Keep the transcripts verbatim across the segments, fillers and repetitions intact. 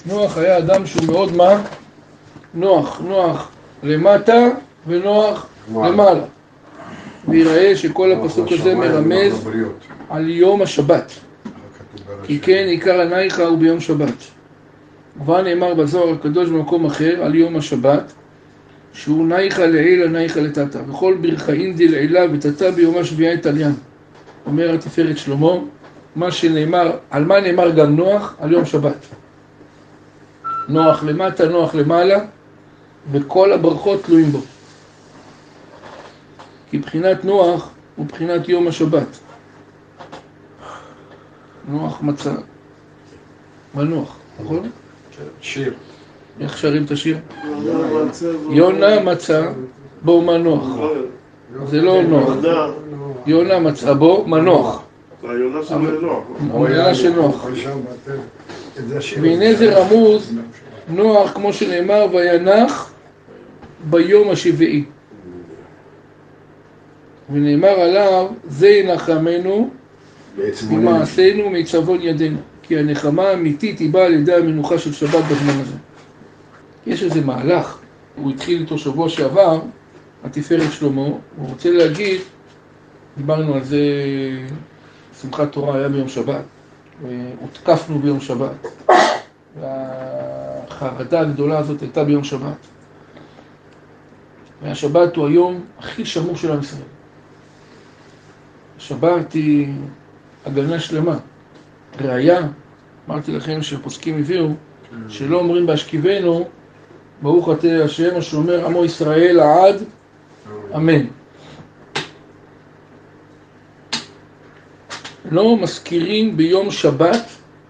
נוח היה אדם שהוא מאוד מה? נוח, נוח למטה ונוח למעלה. ויראה שכל הפסוק הזה מרמז על יום השבת. כי כן עיקר הנייחה הוא ביום שבת. כבר נאמר בזוהר הקדוש במקום אחר על יום השבת, שהוא נייחה לעילה נייחה לטאטה. וכל ברכאין דלעילה ותתה ביומה שביעי תליין. אומר התפארת שלמה, מה שנאמר, על מה נאמר גם נוח? על יום שבת. נוח למטה, נוח למעלה, וכל הברכות תלויים בו. כי בחינת נוח הוא בחינת יום השבת. נוח מצא בנוח, נכון? שיר. איך שרים את השיר? יונה מצא בו מנוח. זה לא נוח. יונה מצא בו מנוח. המילה של נוח. והנה זה רמוז נוח כמו שנאמר וינח ביום השביעי. ונאמר עליו זה ינחמנו ממעשינו מצבון ידינו. כי הנחמה האמיתית היא באה על ידי המנוחה של שבת בזמן הזה. יש איזה מהלך, הוא התחיל איתו שבוע שעבר, התפארת שלמה, הוא רוצה להגיד, דיברנו על זה, שמחת תורה היה ביום שבת, והותקפנו ביום שבת, והחרדה הגדולה הזאת הייתה ביום שבת. והשבת הוא היום הכי שמור של עם ישראל. השבת היא הגנה שלמה. ראיה, אמרתי לכם שפוסקים הביאו, שלא אומרים בהשכיבנו, ברוך אתה השם השומר עמו ישראל לעד, אמן. לא מזכירים ביום שבת,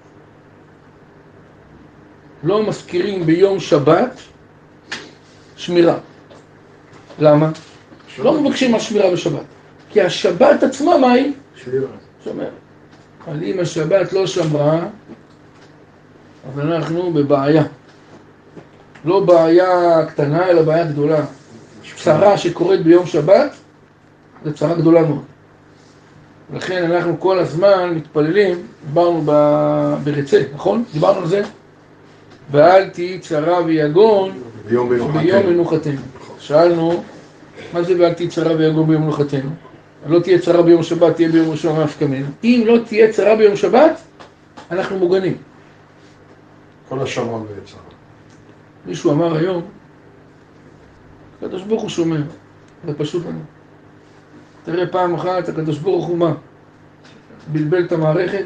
לא מזכירים ביום שבת שמירה. למה? לא מבקשים על שמירה בשבת. כי השבת עצמה מה היא? שמירה. שומר. אבל אם השבת לא שמרה, אז אנחנו בבעיה. לא בעיה קטנה, אלא בעיה גדולה. צרה שקורית ביום שבת, זה צרה גדולה מאוד. לכן אנחנו כל הזמן מתפללים, דיברנו ברצה, נכון? דיברנו על זה? ואל תהי צרה ויגון ביום מנוחתנו. שאלנו, מה זה ואל תהי צרה ויגון ביום מנוחתנו? לא תהיה צרה ביום שבת, תהיה ביום ראשון מהפקמנו. אם לא תהיה צרה ביום שבת, אנחנו מוגנים. כל השמון ויצרה. מישהו אמר היום, הקדוש ברוך הוא שומר, זה פשוט לנו. תראה פעם אחת, הקדוש ברוך הוא מה? בלבל את המערכת,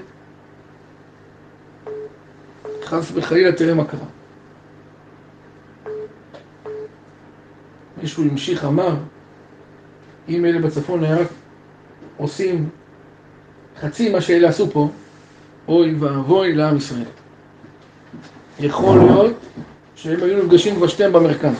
חס וחלילה תראה מה קרה. מישהו המשיך אמר, אם אלה בצפון היה רק עושים חצי מה שאלה עשו פה, אוי ואבוי לעם ישראל. יכול להיות שהם היו נפגשים כבר שתיהם במרכז.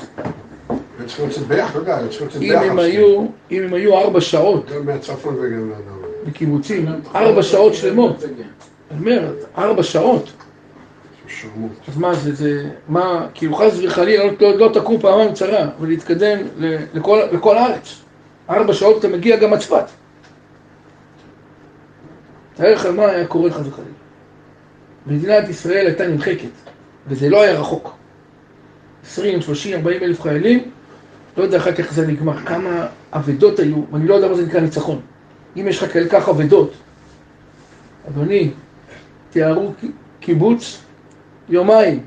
אם הם היו, אם הם היו ארבע שעות בקיבוצים, ארבע שעות שלמות, אני אומר, ארבע שעות. אז מה זה, זה, מה, כאילו חס וחלילה לא, לא תקום פעמיים צרה ולהתקדם לכל, לכל הארץ. ארבע שעות אתה מגיע גם מצפת. תאר לך מה היה קורה חס וחלילה. מדינת ישראל הייתה נמחקת, וזה לא היה רחוק. עשרים, שלושים, ארבעים אלף חיילים, לא יודע אחר כך זה נגמר, כמה עבדות היו, ואני לא יודע מה זה נקרא ניצחון. אם יש לך כאלה כך עבדות, אדוני, תיארו קיבוץ יומיים,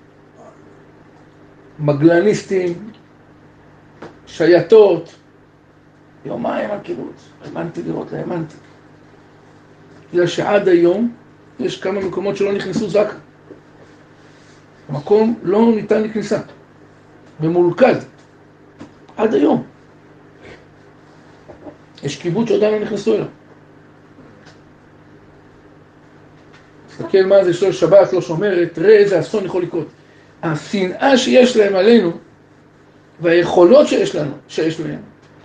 מגלניסטים, שייטות, יומיים על קיבוץ, האמנתי לראות, האמנתי. בגלל שעד היום יש כמה מקומות שלא נכנסו זקה. המקום לא ניתן לכניסה, במולכד, עד היום. יש קיבוץ שעדיין לא נכנסו אליו. תסתכל מה זה של שבת לא שומרת, ראה איזה אסון יכול לקרות. השנאה שיש להם עלינו, והיכולות שיש לנו, שיש להם,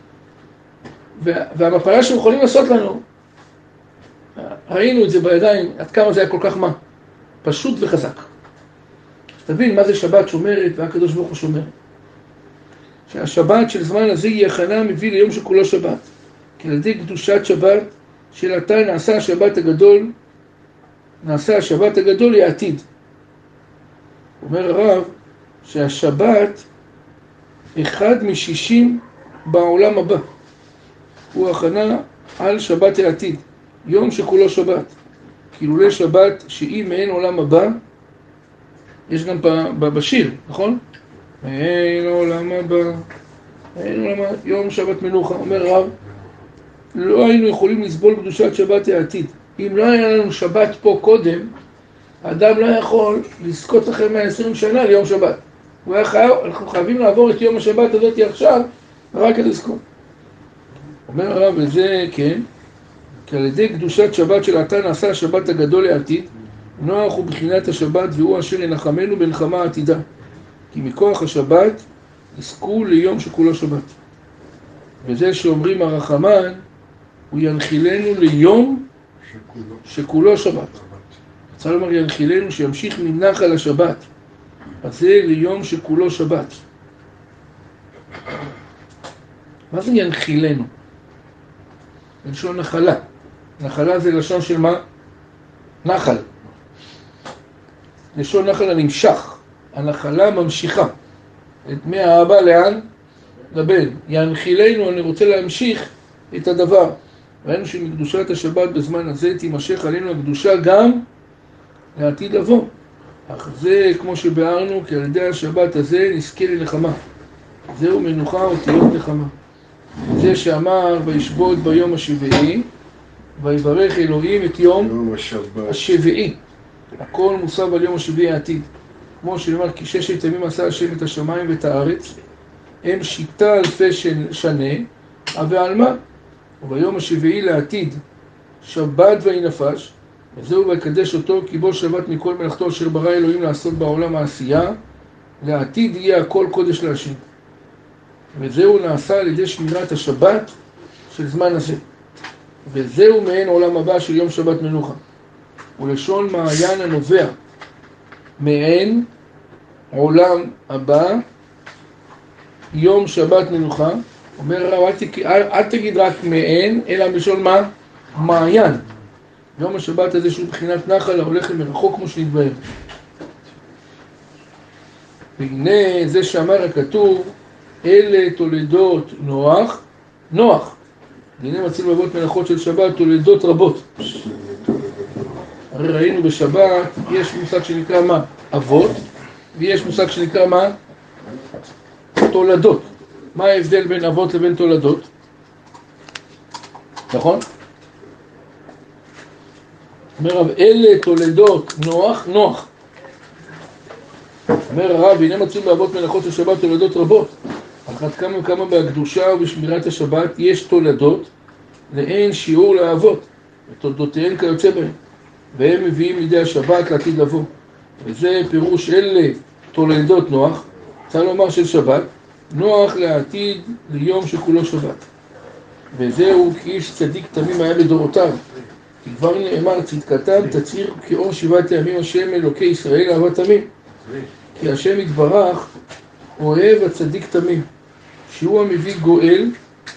והמפלה שהם יכולים לעשות לנו, ראינו את זה בידיים, עד כמה זה היה כל כך מה? פשוט וחזק. תבין מה זה שבת שומרת והקדוש ברוך הוא שומר. שהשבת של זמן הזה היא הכנה מביא ליום שכולו שבת. כי על ידי קדושת שבת של עתה נעשה השבת הגדול, נעשה השבת הגדול היא העתיד. אומר הרב שהשבת אחד משישים בעולם הבא. הוא הכנה על שבת העתיד, יום שכולו שבת. כילולי שבת שהיא מעין עולם הבא, יש גם בשיר, נכון? מעין עולם הבא, מעין עולם הבא, יום שבת מנוחה. אומר רב, לא היינו יכולים לסבול קדושת שבת העתיד. אם לא היה לנו שבת פה קודם, האדם לא יכול לזכות אחרי מאה ועשרים שנה ליום שבת. הוא היה חייב, אנחנו חייבים לעבור את יום השבת הזאת עכשיו, רק כדי לזכות. אומר הרב, וזה כן, כי על ידי קדושת שבת של עתה נעשה השבת הגדול לעתיד, נוח הוא בחינת השבת והוא אשר ינחמנו בנחמה עתידה. כי מכוח השבת יזכו ליום שכולו שבת. וזה שאומרים הרחמן, הוא ינחילנו ליום שכולו, שכולו שבת. רוצה לומר ינחילנו שימשיך מנחל השבת. אז זה ליום שכולו שבת. מה זה ינחילנו? לשון נחלה. נחלה זה לשון של מה? נחל. לשון נחל הנמשך. הנחלה ממשיכה. את מי האבא לאן? לבן. ינחילנו, אני רוצה להמשיך את הדבר. ראינו שמקדושת השבת בזמן הזה תימשך עלינו הקדושה גם לעתיד לבוא. אך זה כמו שבארנו, כי על ידי השבת הזה נזכה לנחמה. זהו מנוחה אותיות נחמה. זה שאמר וישבות ביום השביעי, ויברך אלוהים את יום השביעי. הכל מוסב על יום השביעי העתיד. כמו שנאמר, כי ששת ימים עשה השם את השמיים ואת הארץ, הם שיטה אלפי שנה, ועל מה? וביום השביעי לעתיד, שבת וינפש, וזהו ויקדש אותו, כי בו שבת מכל מלאכתו אשר ברא אלוהים לעשות בעולם העשייה, לעתיד יהיה הכל קודש להשם. וזהו נעשה על ידי שמירת השבת של זמן הזה. וזהו מעין עולם הבא של יום שבת מנוחה. ולשון מעיין הנובע מעין עולם הבא יום שבת מנוחה. אומר הרב, אל, תק... אל, אל תגיד רק מעין, אלא בשביל מה? מעיין. יום השבת הזה שהוא בחינת נחל ההולך למרחוק כמו שנתבהר. והנה זה שאמר הכתוב, אלה תולדות נוח, נוח. והנה מציל בבות מלאכות של שבת תולדות רבות. הרי ראינו בשבת, יש מושג שנקרא מה? אבות, ויש מושג שנקרא מה? תולדות. מה ההבדל בין אבות לבין תולדות? נכון? אומר הרב, אלה תולדות נוח, נוח. אומר הרב, הנה מצאים באבות מלאכות של שבת תולדות רבות. אחת כמה וכמה בהקדושה ובשמירת השבת יש תולדות לאין שיעור לאבות, ותולדותיהן כיוצא בהן. והם מביאים לידי השבת לעתיד לבוא. וזה פירוש אלה תולדות נוח, צריך לומר של שבת, נוח לעתיד ליום שכולו שבת. וזהו כי איש צדיק תמים היה בדורותיו. כי כבר נאמר צדקתם תצהיר כאור שבעת הימים השם אלוקי ישראל אהבת תמים. כי השם יתברך אוהב הצדיק תמים, שהוא המביא גואל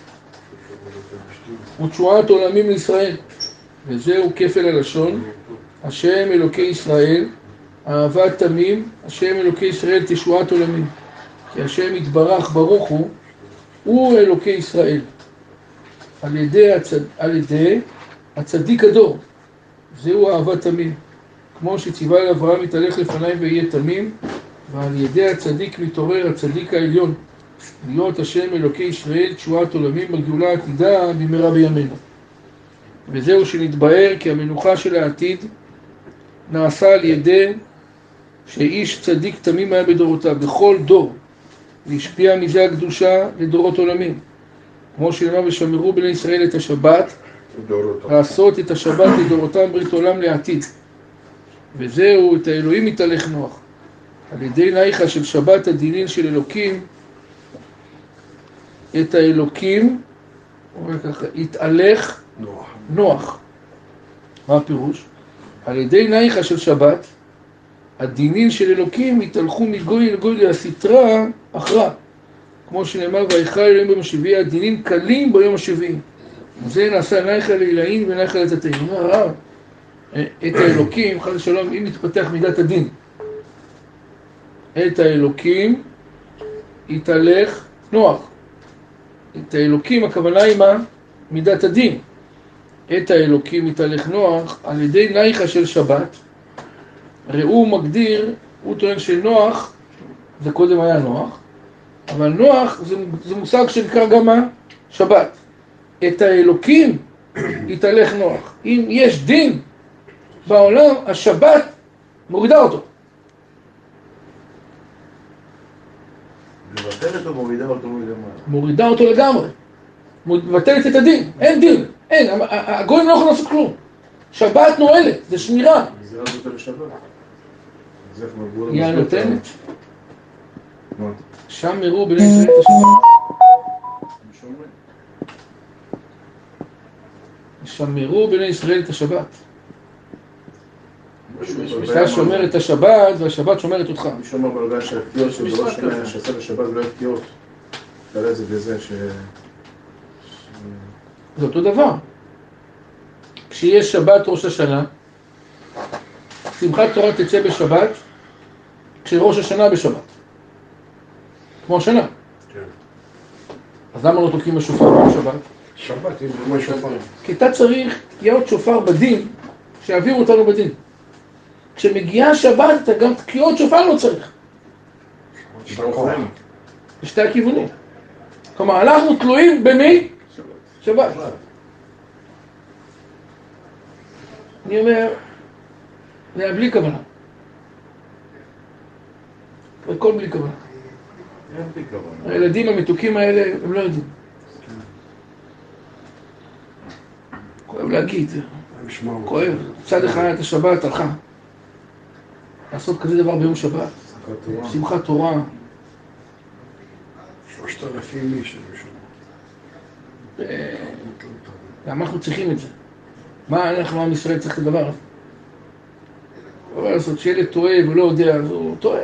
ותשועת עולמים לישראל. וזהו כפל הלשון, השם אלוקי ישראל אהבת תמים, השם אלוקי ישראל תשועת עולמים. כי השם יתברך ברוך הוא, הוא אלוקי ישראל. על ידי, הצד... על ידי הצדיק הדור, זהו אהבת תמים. כמו שציווה לאברהם יתהלך לפניי ויהיה תמים, ועל ידי הצדיק מתעורר הצדיק העליון, להיות השם אלוקי ישראל תשועת עולמים בגאולה העתידה במהרה בימינו. וזהו שנתבהר כי המנוחה של העתיד נעשה על ידי שאיש צדיק תמים היה בדורותיו, בכל דור, והשפיע מזה הקדושה לדורות עולמים. כמו שנאמר ושמרו בני ישראל את השבת, לעשות את השבת לדורותם ברית עולם לעתיד. וזהו את האלוהים יתהלך נוח. על ידי נייחה של שבת הדינין של אלוקים, את האלוקים, אומר ככה, יתהלך נוח. נוח. מה הפירוש? על ידי נייחה של שבת, הדינין של אלוקים יתהלכו מגוי לגוי להסתרה אחרה. כמו שנאמר, ויחי אלוהים ביום השביעי, הדינין קלים ביום השביעי. זה נעשה נייחה לעילאים ונייחה לזתאים. אומר הרב, את האלוקים, חס ושלום, אם מתפתח מידת הדין, את האלוקים יתהלך נוח. את האלוקים, הכוונה היא מה? מידת הדין. את האלוקים יתהלך נוח על ידי נייחה של שבת. הרי הוא מגדיר, הוא טוען שנוח, זה קודם היה נוח, אבל נוח זה, זה מושג שנקרא גם מה? שבת. את האלוקים יתהלך נוח. אם יש דין בעולם, השבת מורידה אותו. מבטלת או מורידה אותו מלמעלה? מורידה אותו לגמרי. מבטלת את הדין. אין דין. אין. הגויים לא יכולים לעשות כלום. שבת נועלת. זה שמירה. זה לא יותר לשבת. היא הנותנת. שם יראו בני ישראל את השבת. שם יראו בני ישראל את השבת. אתה שומר את השבת והשבת שומרת אותך. מי שאומר בלגן של הפתיעות שבראש שנה שעשה לשבת ולא הפתיעות, תראה את זה בזה ש... זה אותו דבר. כשיש שבת ראש השנה, שמחת תורה תצא בשבת, כשראש השנה בשבת. כמו השנה. כן. אז למה לא תוקעים בשופר בשבת? שבת, אם כמו שופר. כי אתה צריך להיות שופר בדין, שיעבירו אותנו בדין. כשמגיעה שבת, אתה גם תקיעות שופר לא צריך. בשתי הכיוונים. כלומר, אנחנו תלויים במי? שבת. אני אומר, זה היה בלי כוונה. הכל בלי כוונה. הילדים המתוקים האלה, הם לא יודעים. כואב להגיד, כואב. צד אחד השבת הלכה. לעשות כזה דבר ביום שבת. שמחת תורה. שלושת אלפים איש. למה אנחנו צריכים את זה? מה אנחנו עם ישראל צריך את הדבר הזה? לא לעשות שילד טועה ולא יודע, אז הוא טועה.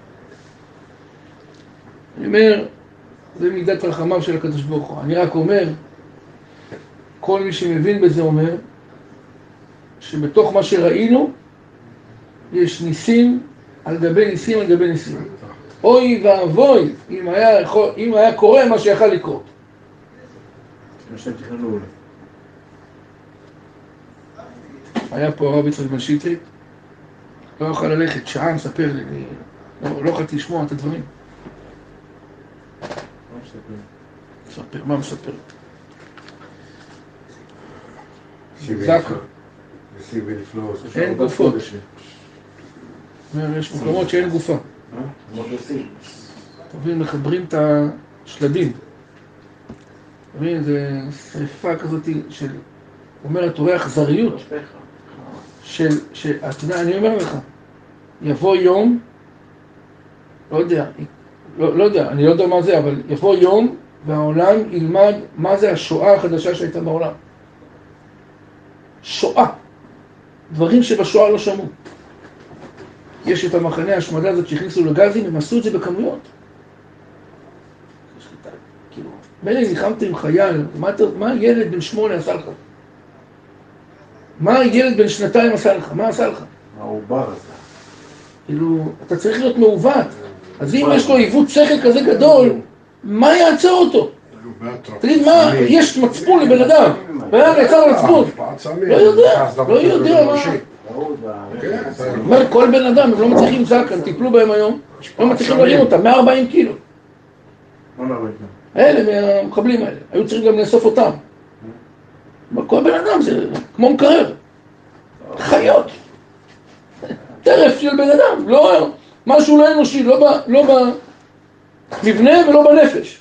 אני אומר, זה מידת רחמיו של הקדוש ברוך הוא. אני רק אומר, כל מי שמבין בזה אומר, שבתוך מה שראינו, יש ניסים על גבי ניסים על גבי ניסים. אוי ואבוי, אם היה, יכול, אם היה קורה מה שיכל לקרות. מה שהם תכננו. היה פה הרב יצחק בן שטרית, לא יוכל ללכת, שעה מספר לי, אני לא, לא יכולתי לשמוע את הדברים. מה מספר? מספר, מה מספר? זקה. אין גופות. יש מקומות שאין גופה. תבין, מחברים את השלדים. תבין, זה שריפה כזאת של, אומר התורה, אכזריות. של, אתה יודע, אני אומר לך, יבוא יום, לא יודע, לא, לא יודע, אני לא יודע מה זה, אבל יבוא יום והעולם ילמד מה זה השואה החדשה שהייתה בעולם. שואה. דברים שבשואה לא שמעו. יש את המחנה ההשמדה הזאת שהכניסו לגזים, הם עשו את זה בכמויות. כאילו, מילא נלחמתם עם חייל, מה, מה ילד בן שמונה עשה לך? מה ילד בן שנתיים עשה לך? מה עשה לך? העובר הזה. כאילו, אתה צריך להיות מעוות. אז אם יש לו עיוות שכל כזה גדול, מה יעצור אותו? תגיד, מה, יש מצפון לבן אדם, והיה נעצר מצפון. לא יודע, לא יודע מה. אומר, כל בן אדם, הם לא מצליחים זקן, טיפלו בהם היום, לא מצליחים להרים אותם, מאה וארבעים קילו. אלה, מהמחבלים האלה, היו צריכים גם לאסוף אותם. כל בן אדם זה כמו מקרר. חיות. טרף של בן אדם, לא משהו לא אנושי, לא במבנה ולא בנפש.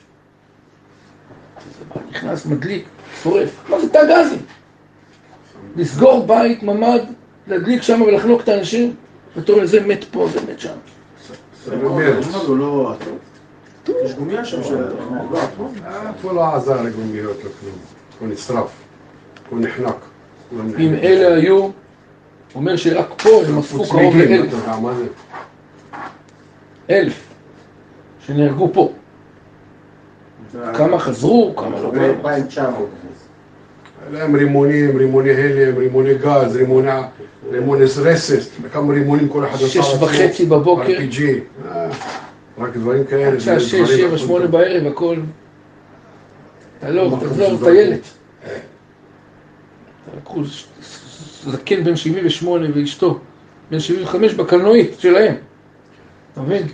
נכנס, מדליק, שורף. מה זה תא גזים? לסגור בית, ממד, להדליק שם ולחנוק את האנשים, ותראה, זה מת פה, זה מת שם. זה לא... יש גומיה שם של... פה לא עזר לגומיות לכלום. הוא נצרף, הוא נחנק. אם אלה היו, אומר שרק פה הם אספו קרוב לאלף. אלף שנהרגו פה. כמה חזרו, כמה לא. ב-אלפיים תשע מאות. להם רימונים, רימוני הלם, רימוני גז, רימוני רסס, כמה רימונים כל אחד עושה. שש וחצי בבוקר. אר פי ג'י. רק דברים כאלה. שעה שש, שבע, שמונה בערב, הכל. תלוך, תחזור, טיילת. לקחו זקן בן שבעים ושמונה ואשתו, בן שבעים וחמש בקלנועית שלהם. אתה מבין?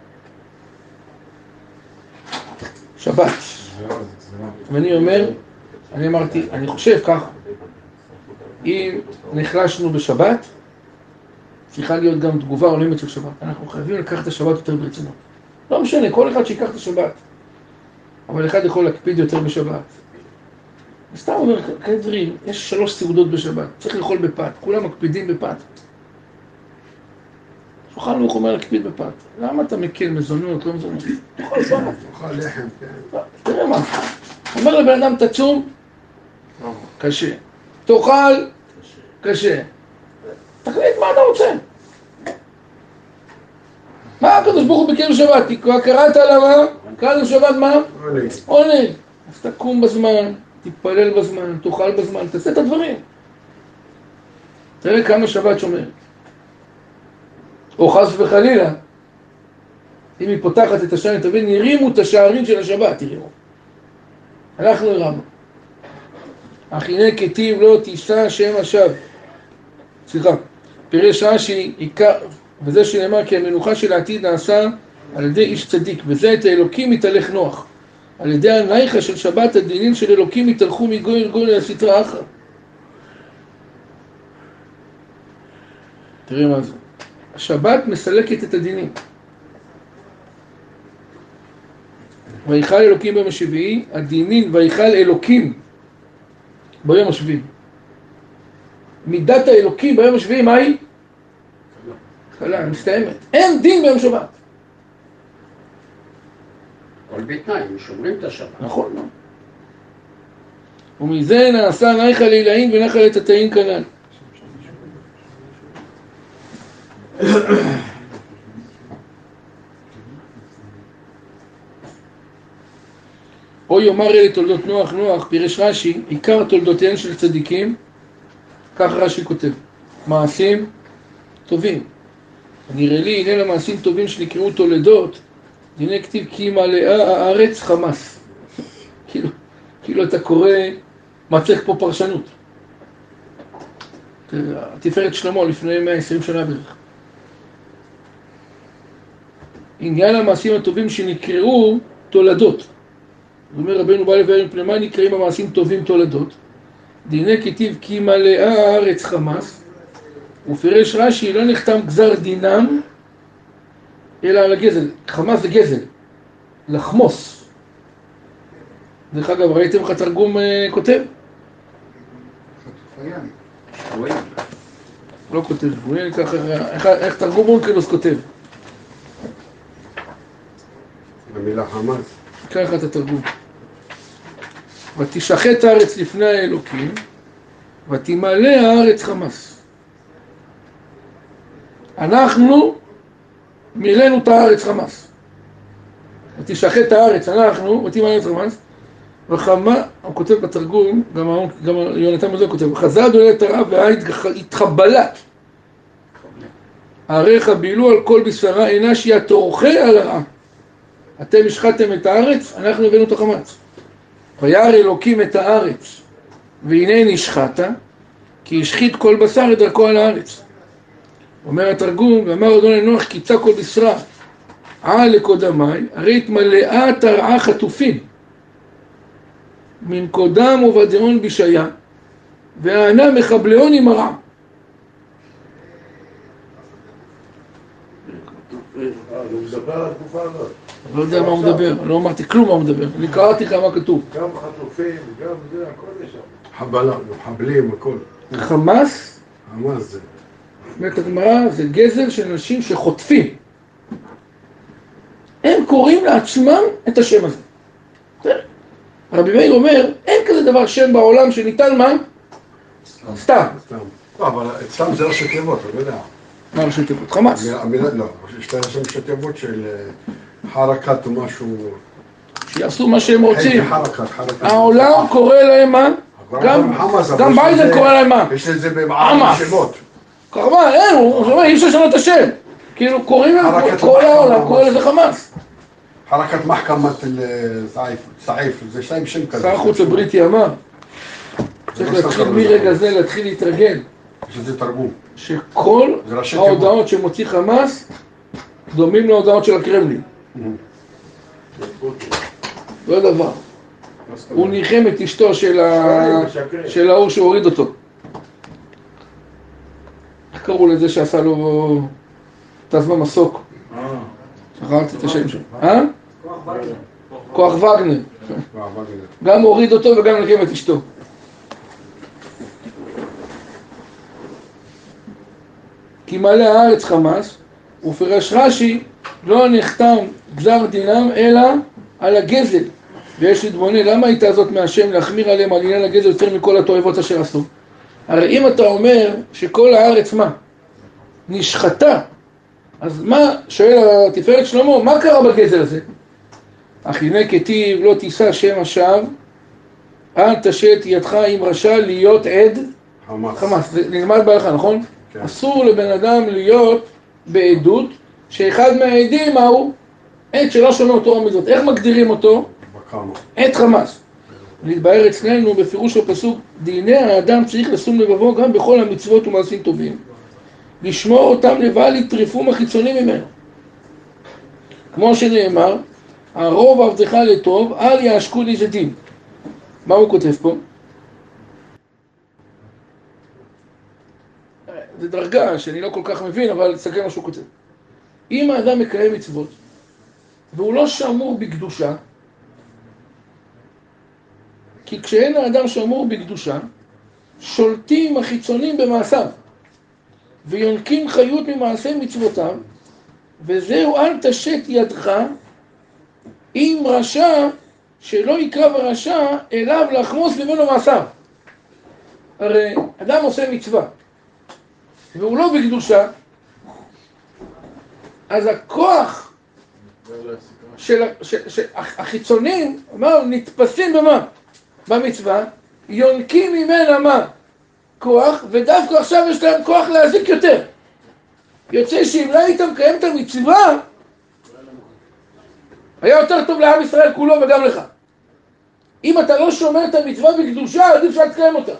שבת. ואני אומר, אני אמרתי, אני חושב ככה, אם נחלשנו בשבת, צריכה להיות גם תגובה עולמת של שבת. אנחנו חייבים לקחת את השבת יותר ברצינות. לא משנה, כל אחד שיקח את השבת. אבל אחד יכול להקפיד יותר בשבת. סתם אומר, כאלה דברים, יש שלוש סעודות בשבת, צריך לאכול בפת, כולם מקפידים בפת. שולחן ערוך אומר להקפיד בפת. למה אתה מקל מזונות, לא מזונות? תאכל פת. תאכל לחם, כן. תראה מה. אומר לבן אדם, תצום, קשה. תאכל, קשה. תחליט מה אתה רוצה. מה הקדוש ברוך הוא ביקר שבת? כבר קראת עליו מה? קראת בשבת מה? עונג. עונג. אז תקום בזמן, תתפלל בזמן, תאכל בזמן, תעשה את הדברים. תראה כמה שבת שומר. או חס וחלילה, אם היא פותחת את השערים, תבין, הרימו את השערים של השבת, תראו. אנחנו הרמנו. אך הנה כתיב לא תישא שם השב. סליחה, פירש רש"י עיקר, וזה שנאמר כי המנוחה של העתיד נעשה על ידי איש צדיק, וזה את האלוקים מתהלך נוח. על ידי הנייחה של שבת הדינים של אלוקים התהלכו מגוי אל גוי לסטרא אחרא. תראה מה זה. השבת מסלקת את הדינים. ויכל אלוקים ביום השביעי, הדינים ויכל אלוקים ביום השביעי. מידת האלוקים ביום השביעי, מה היא? קלה, מסתיימת. אין דין ביום שבת. כל בתנאי, הם שומרים את השבת. נכון, לא. ומזה נעשה נייחה לילאים ונייחה לטאטאים כנ"ל. או יאמר אלה תולדות נוח, נוח, פירש רש"י, עיקר תולדותיהן של צדיקים, כך רש"י כותב, מעשים טובים. נראה לי, הנה למעשים טובים שנקראו תולדות, הנה כתיב כי מלאה הארץ חמס. כאילו, כאילו אתה קורא, מה צריך פה פרשנות. תפארת שלמה לפני מאה ועשרים שנה בערך. עניין המעשים הטובים שנקראו תולדות. זאת אומרת, רבנו בא לבאר מפני מה נקראים המעשים טובים תולדות. דיני כתיב כי מלאה הארץ חמס, ופירש רש"י לא נחתם גזר דינם, אלא על הגזל. חמס זה גזל, לחמוס. דרך אגב, ראיתם איך התרגום uh, כותב? לא כותב, איך, איך תרגום אונקלוס כותב? במילה חמאס. ככה את התרגום. ותשחט הארץ לפני האלוקים, ותמלא הארץ חמס. אנחנו מילאנו את הארץ חמס. ותשחט הארץ, אנחנו, ותמלא הארץ חמס, וחמה, הוא כותב בתרגום, גם, גם יונתן מזל כותב, וחזר דולה את הרב והעית התחבלת. הערך הבילו על כל בשרה אינה שהיא התורכה על הרעה. אתם השחטתם את הארץ, אנחנו הבאנו את החמץ. וירא אלוקים את הארץ, והנה נשחטה, כי השחית כל בשר את דרכו על הארץ. אומר התרגום, ואמר אדוני נוח, קיצה כל בשרה, על לקודמי, הרי התמלאה תרעה חטופים, מן קודם ובדעון בישיה, והענה מחבלאון עם הרע. הוא מדבר על התקופה הזאת. לא יודע מה הוא מדבר, לא אמרתי כלום מה הוא מדבר, אני קראתי לך מה כתוב. גם חטופים, גם זה, הכל יש שם. חבלה, מחבלים, הכל. חמאס, חמאס זה. אומרת הגמרא, זה גזל של אנשים שחוטפים. הם קוראים לעצמם את השם הזה. רבי מאיר אומר, אין כזה דבר שם בעולם שניתן מה? סתם. סתם. לא, אבל סתם זה ראשי תיבות, אתה יודע. מה ראשי תיבות? חמאס. המילה, לא, יש להם שם ראשי תיבות של חרקת או משהו. שיעשו מה שהם רוצים. חרקת, חרקת. העולם קורא להם מה? גם ביידן קורא להם מה? יש לזה במעלה שמות. כרמה, אין, הוא אומר, אי אפשר לשנות את השם. כאילו קוראים לזה, כל העולם קורא לזה חמאס. حركة محكمة الصعيف صعيف זה שתיים שם כזה. שר החוץ הבריטי אמר, צריך להתחיל מרגע זה להתחיל להתרגל. שזה תרגום. שכל ההודעות שמוציא חמאס דומים להודעות של הקרמלין. לא דבר. הוא ניחם את אשתו של ההוא שהוריד אותו. איך קראו לזה שעשה לו תזמה מסוק? שכחתי את השם שלו. אה? כוח וגנר. גם הוריד אותו וגם ניחם את אשתו. כי מלא הארץ חמאס, ופרש רש"י, לא נחתם גזר דינם אלא על הגזל. ויש להתבונן, למה הייתה זאת מהשם להחמיר עליהם על עניין הגזל יותר מכל התועבות אשר עשו? הרי אם אתה אומר שכל הארץ מה? נשחטה, אז מה, שואל התפארת שלמה, מה קרה בגזל הזה? אך הנה כתיב, לא תישא שם השווא, אל תשת ידך עם רשע להיות עד חמאס. חמאס. זה נלמד בהלכה, נכון? כן. אסור לבן אדם להיות בעדות שאחד מהעדים מהו עד שלא שומע תורה מזאת. איך מגדירים אותו? בכמה. עד חמאס. להתבהר אצלנו בפירוש הפסוק, דיני האדם צריך לשום לבבו גם בכל המצוות ומעשים טובים, לשמור אותם לבל יטרפום החיצוני ממנו. כמו שנאמר, הרוב עבדך לטוב, אל יעשקו לי זדים. מה הוא כותב פה? זה דרגה שאני לא כל כך מבין, אבל תסתכל מה שהוא כותב. אם האדם מקיים מצוות, והוא לא שמור בקדושה, כי כשאין האדם שמור בקדושה, שולטים החיצונים במעשיו, ויונקים חיות ממעשי מצוותיו, וזהו אל תשת ידך עם רשע, שלא יקרב הרשע אליו לחמוס ממנו מעשיו. הרי אדם עושה מצווה, והוא לא בקדושה, אז הכוח של, של, של החיצונים, מה, נתפסים במה? במצווה, יונקים ממנה מה? כוח, ודווקא עכשיו יש להם כוח להזיק יותר. יוצא שאם לא היית מקיים את המצווה, היה יותר טוב לעם ישראל כולו וגם לך. אם אתה לא שומר את המצווה בקדושה, עדיף שאל תקיים אותה.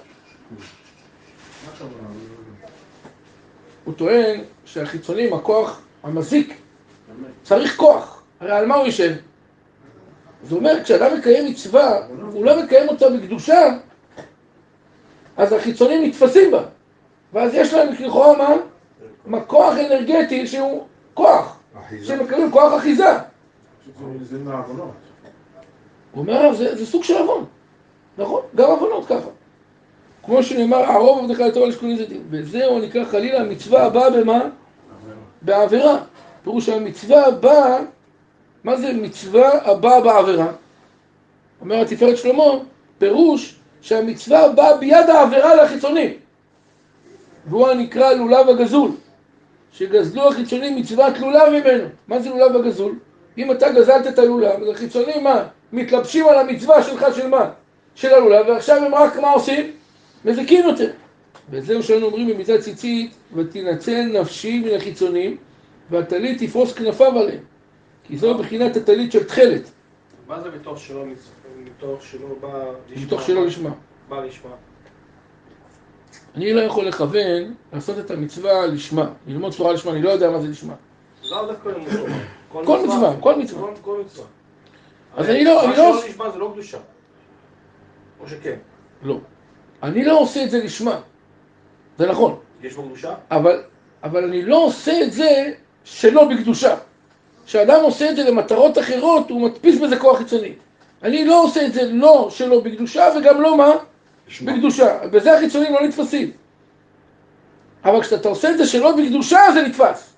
הוא טוען שהחיצונים, הכוח המזיק, צריך כוח. הרי על מה הוא ישב? זאת אומרת, כשאדם מקיים מצווה, הוא לא מקיים אותה בקדושה, אז החיצונים נתפסים בה. ואז יש להם לכאורה מה? מה כוח אנרגטי שהוא כוח. שמקבלים כוח אחיזה. זה מהעוונות. הוא אומר, זה, זה סוג של עוון. נכון? גם עוונות ככה. כמו שנאמר, הרוב עבדך לטוב לשכוני זדים. וזהו נקרא חלילה, המצווה הבאה במה? בעבירה. פירוש שהמצווה הבאה, מה זה מצווה הבאה בעבירה? אומר התפארת שלמה, פירוש שהמצווה באה ביד העבירה לחיצונים. והוא הנקרא לולב הגזול. שגזלו החיצונים מצוות לולב ממנו. מה זה לולב הגזול? אם אתה גזלת את הלולב, אז החיצונים מה? מתלבשים על המצווה שלך של מה? של הלולב, ועכשיו הם רק מה עושים? מזיקים יותר. וזהו שאנו אומרים במצוות ציצית, ותנצל נפשי מן החיצונים, והטלית תפרוס כנפיו עליהם. כי זו בחינת הטלית של תכלת. מה זה מתוך שלא, מתוך שלא בא לשמה? מתוך שלא לשמה. בא לשמה. אני לא יכול לכוון לעשות את המצווה לשמה. ללמוד תורה לשמה, אני לא יודע מה זה לשמה. לא דווקא ללמוד תורה. כל מצווה, כל מצווה. כל מצווה. אז אני לא... מה שלא לשמה זה לא קדושה. או שכן. לא. אני לא עושה את זה לשמה. זה נכון. יש בו קדושה? אבל, אבל אני לא עושה את זה שלא בקדושה. כשאדם עושה את זה למטרות אחרות, הוא מדפיס בזה כוח חיצוני. אני לא עושה את זה לא שלא בקדושה וגם לא מה? בקדושה. בזה החיצונים לא נתפסים. אבל כשאתה עושה את זה שלא בקדושה, זה נתפס.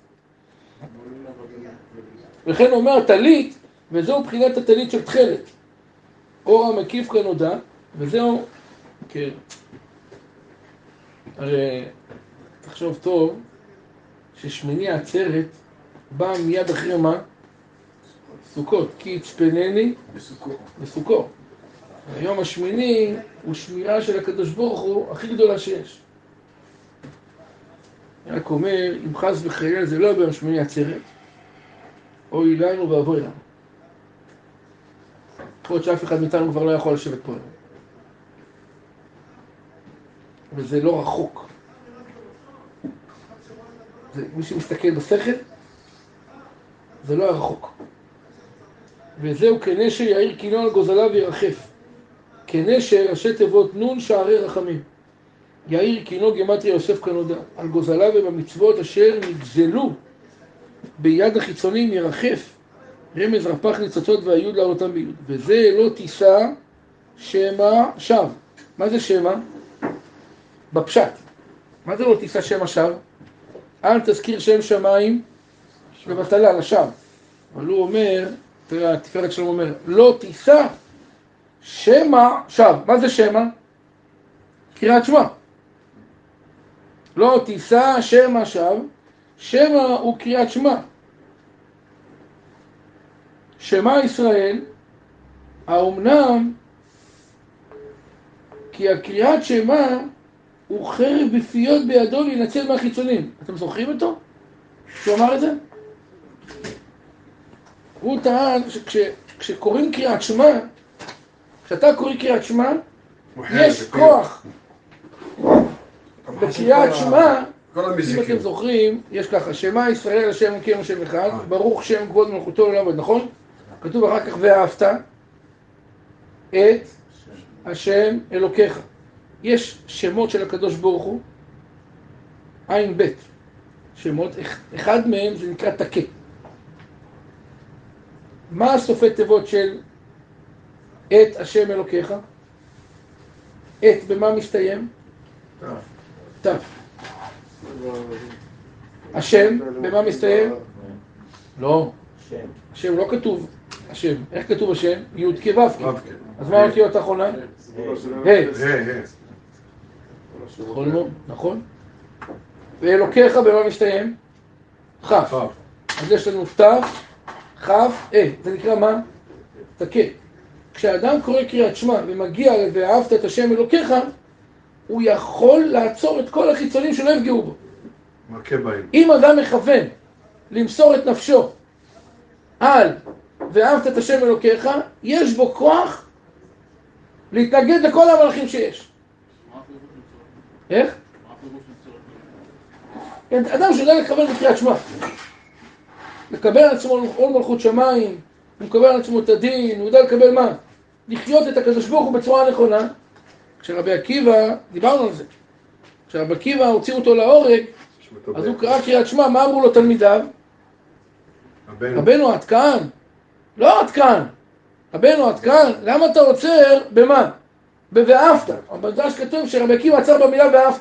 וכן אומר טלית, וזהו בחינת הטלית של תכלת. אור המקיף כנודע, וזהו, כן. הרי תחשוב טוב, ששמיני העצרת בא מיד אחרי מה? סוכות. כי יצפנני בסוכות. היום השמיני הוא שמירה של הקדוש ברוך הוא הכי גדולה שיש. אני רק אומר, אם חס וחלילה זה לא ביום שמיני עצרת, אוי לנו ואבוי לנו. יכול להיות שאף אחד מאיתנו כבר לא יכול לשבת פה. וזה לא רחוק. זה, מי שמסתכל בשכל, זה לא רחוק. וזהו כנשר יאיר קינו על גוזליו וירחף. כנשר ראשי תיבות נון שערי רחמים. יאיר קינו גמטריה יוסף כנודע. על גוזליו ובמצוות אשר נגזלו ביד החיצונים ירחף. רמז רפ"ח ניצוצות והיוד לעלותם ביוד. וזה לא תישא שמה שב. מה זה שמה? בפשט. מה זה לא תישא שמה שב? אל תזכיר שם שמיים ובטלה לשווא. אבל הוא אומר, תראה, התפארת שלו אומר, לא תישא שמה שב. מה זה שמה? קריאת שמע. לא תישא שמה שב. שמה הוא קריאת שמע. שמה ישראל, האומנם, כי הקריאת שמה הוא חרב בפיות בידו להינצל מהחיצונים. אתם זוכרים אותו? שהוא אמר את זה? הוא טען שכשקוראים קריאת שמע, כשאתה קורא קריאת שמע, יש כוח. בקריאת שמע, אם אתם זוכרים, יש ככה, שמה ישראל השם אלוקינו שם אחד, ברוך שם כבוד מלכותו לעולם ועד, נכון? כתוב אחר כך ואהבת את השם אלוקיך. יש שמות של הקדוש ברוך הוא, עין בית שמות, אחד מהם זה נקרא תקה. מה הסופי תיבות של את השם אלוקיך? את במה מסתיים? תו. השם במה מסתיים? לא. השם לא כתוב השם. איך כתוב השם? י' כ' ו' כ'. אז מה אותיות האחרונה? ה'. נכון מאוד, נכון. ואלוקיך במה מסתיים? כ'. אז יש לנו ת', כ', ה'. זה נקרא מה? תקה. כשאדם קורא קריאת שמע ומגיע ואהבת את השם אלוקיך, הוא יכול לעצור את כל החיצונים שלא יפגעו בו. מכה בהם. אם אדם מכוון למסור את נפשו על ואהבת את השם אלוקיך, יש בו כוח להתנגד לכל המלאכים שיש. איך? אדם שיודע לכוון בקריאת שמע, לקבל על עצמו עול מלכות שמיים, הוא מקבל על עצמו את הדין, הוא יודע לקבל מה? לחיות את הקדוש ברוך הוא בצורה נכונה. כשרבי עקיבא, דיברנו על זה, כשרבי עקיבא הוציאו אותו להורג, אז הוא קרא קריאת שמע, מה אמרו לו תלמידיו? רבנו עד כאן. לא עד כאן. רבנו עד כאן. למה אתה עוצר? במה? ב"ואהבת". במדרש כתוב שרבי עקיבא עצר במילה "ואהבת".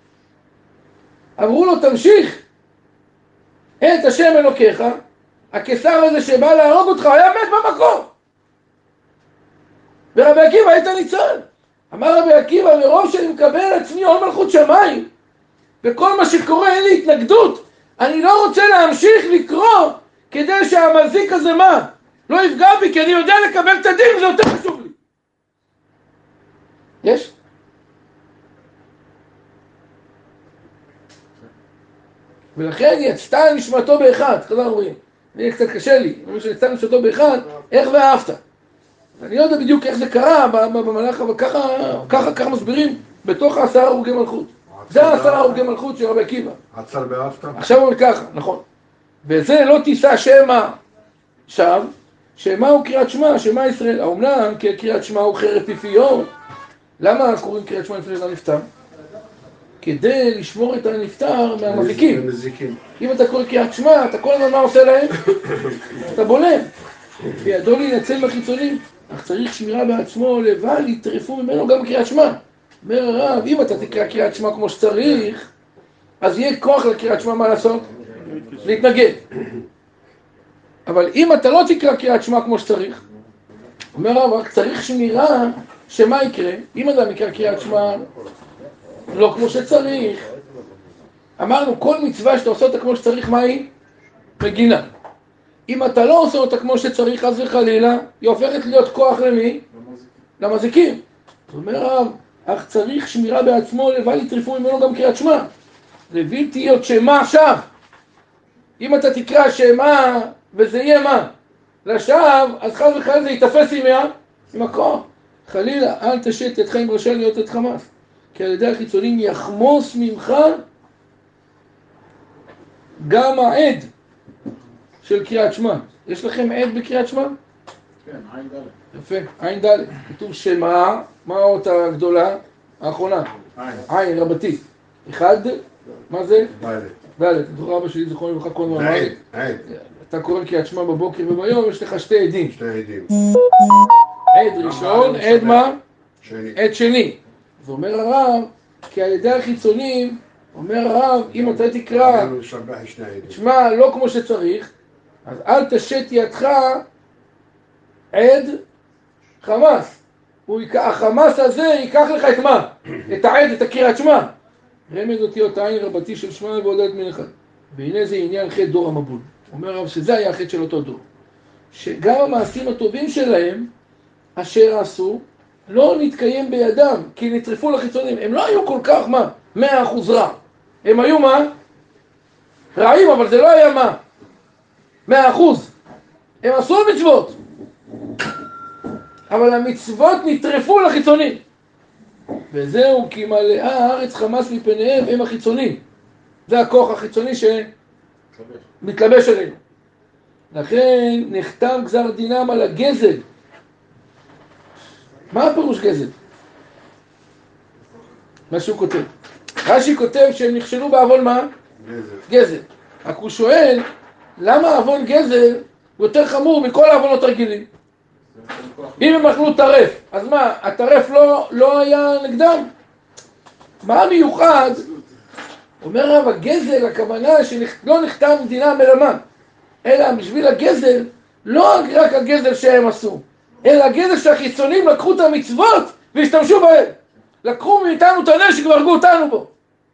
אמרו לו תמשיך את השם אלוקיך, הקיסר הזה שבא להרוג אותך היה מת במקום. ורבי עקיבא היית ניצל. אמר רבי עקיבא, מרוב שאני מקבל על עצמי עול מלכות שמיים, וכל מה שקורה אין לי התנגדות, אני לא רוצה להמשיך לקרוא כדי שהמזיק הזה מה? לא יפגע בי, כי אני יודע לקבל את הדין, וזה יותר חשוב לי. יש? ולכן יצתה נשמתו באחד, כזה אומרים. אני קצת קשה לי, אומרים שיצתה נשמתו באחד, איך ואהבת. אני לא יודע בדיוק איך זה קרה במהלך, אבל ככה, ככה, ככה מסבירים בתוך העשרה הרוגי מלכות. זה העשרה הרוגי מלכות של רבי עקיבא. עצר באהבת? עכשיו הוא אומר ככה, נכון. וזה לא תישא שמה שם, שמה הוא קריאת שמע, שמה ישראל. האומנם כי קריאת שמע הוא חרב פיפיות. למה קוראים קריאת שמע לפני שאדם נפטר? כדי לשמור את הנפטר מהמזיקים. אם אתה קורא קריאת שמע, אתה כל הזמן מה עושה להם? אתה בולם. בידו להינצל בחיצונים, אך צריך שמירה בעצמו לבד, יטרפו ממנו גם קריאת שמע. אומר הרב, אם אתה תקרא קריאת שמע כמו שצריך, אז יהיה כוח לקריאת שמע מה לעשות? להתנגד. אבל אם אתה לא תקרא קריאת שמע כמו שצריך, אומר הרב, רק צריך שמירה שמה יקרה? אם אדם יקרא קריאת שמע לא כמו שצריך, אמרנו, כל מצווה שאתה עושה אותה כמו שצריך, מה היא? מגינה. אם אתה לא עושה אותה כמו שצריך, אז וחלילה, היא הופכת להיות כוח למי? למזיקים. זאת אומרת, אך צריך שמירה בעצמו, לבל יטרפו ממנו גם קריאת שמע. זה בלתי להיות שמה עכשיו. אם אתה תקרא שמה וזה יהיה מה לשווא, אז חס וחלילה זה יתפס עם, עם הכוח. חלילה, אל תשט ידך עם רשע להיות את חמאס, כי על ידי החיצונים יחמוס ממך גם העד של קריאת שמע. יש לכם עד בקריאת שמע? כן, עין ד'. יפה, עין ד'. כתוב שמה, מה האות הגדולה? האחרונה. עין. עין רבתי. אחד, מה זה? ד'. ד'. דור אבא שלי זכרונו לברכה כל הזמן אמר לי, עד. אתה קורא קריאת שמע בבוקר וביום, יש לך שתי עדים. שתי עדים. עד ראשון, עד מה? שני. עד שני. ואומר הרב, כי על ידי החיצונים, אומר הרב, אם אתה תקרא, אנחנו נשבח שני עדים. תשמע, לא כמו שצריך, אז אל תשט ידך עד חמאס. הוא יק... החמאס הזה ייקח לך את מה? את העד, את הקריאת שמע. רמז אותיות העין רבתי של שמע ועודד מן אחד. והנה זה עניין חטא דור המבול. אומר הרב שזה היה החטא של אותו דור. שגם המעשים הטובים שלהם, אשר עשו, לא נתקיים בידם, כי נטרפו לחיצונים. הם לא היו כל כך מה? מאה אחוז רע. הם היו מה? רעים, אבל זה לא היה מה? מאה אחוז. הם עשו מצוות. אבל המצוות נטרפו לחיצונים. וזהו כי מלאה הארץ חמאס מפניהם הם החיצונים. זה הכוח החיצוני שמתלבש עלינו. לכן נחתם גזר דינם על הגזל. מה הפירוש גזל? מה שהוא כותב. רש"י כותב שהם נכשלו בעוון מה? גזל. גזל. רק הוא שואל, למה עוון גזל יותר חמור מכל העוונות הרגילים? אם הם אכלו טרף, אז מה, הטרף לא, לא היה נגדם? מה המיוחד? אומר רב, הגזל, הכוונה שלא נחתם דינה מרמה, אלא בשביל הגזל, לא רק הגזל שהם עשו, אלא הגזל שהחיצונים לקחו את המצוות והשתמשו בהם. לקחו מאיתנו את הנשק והרגו אותנו בו.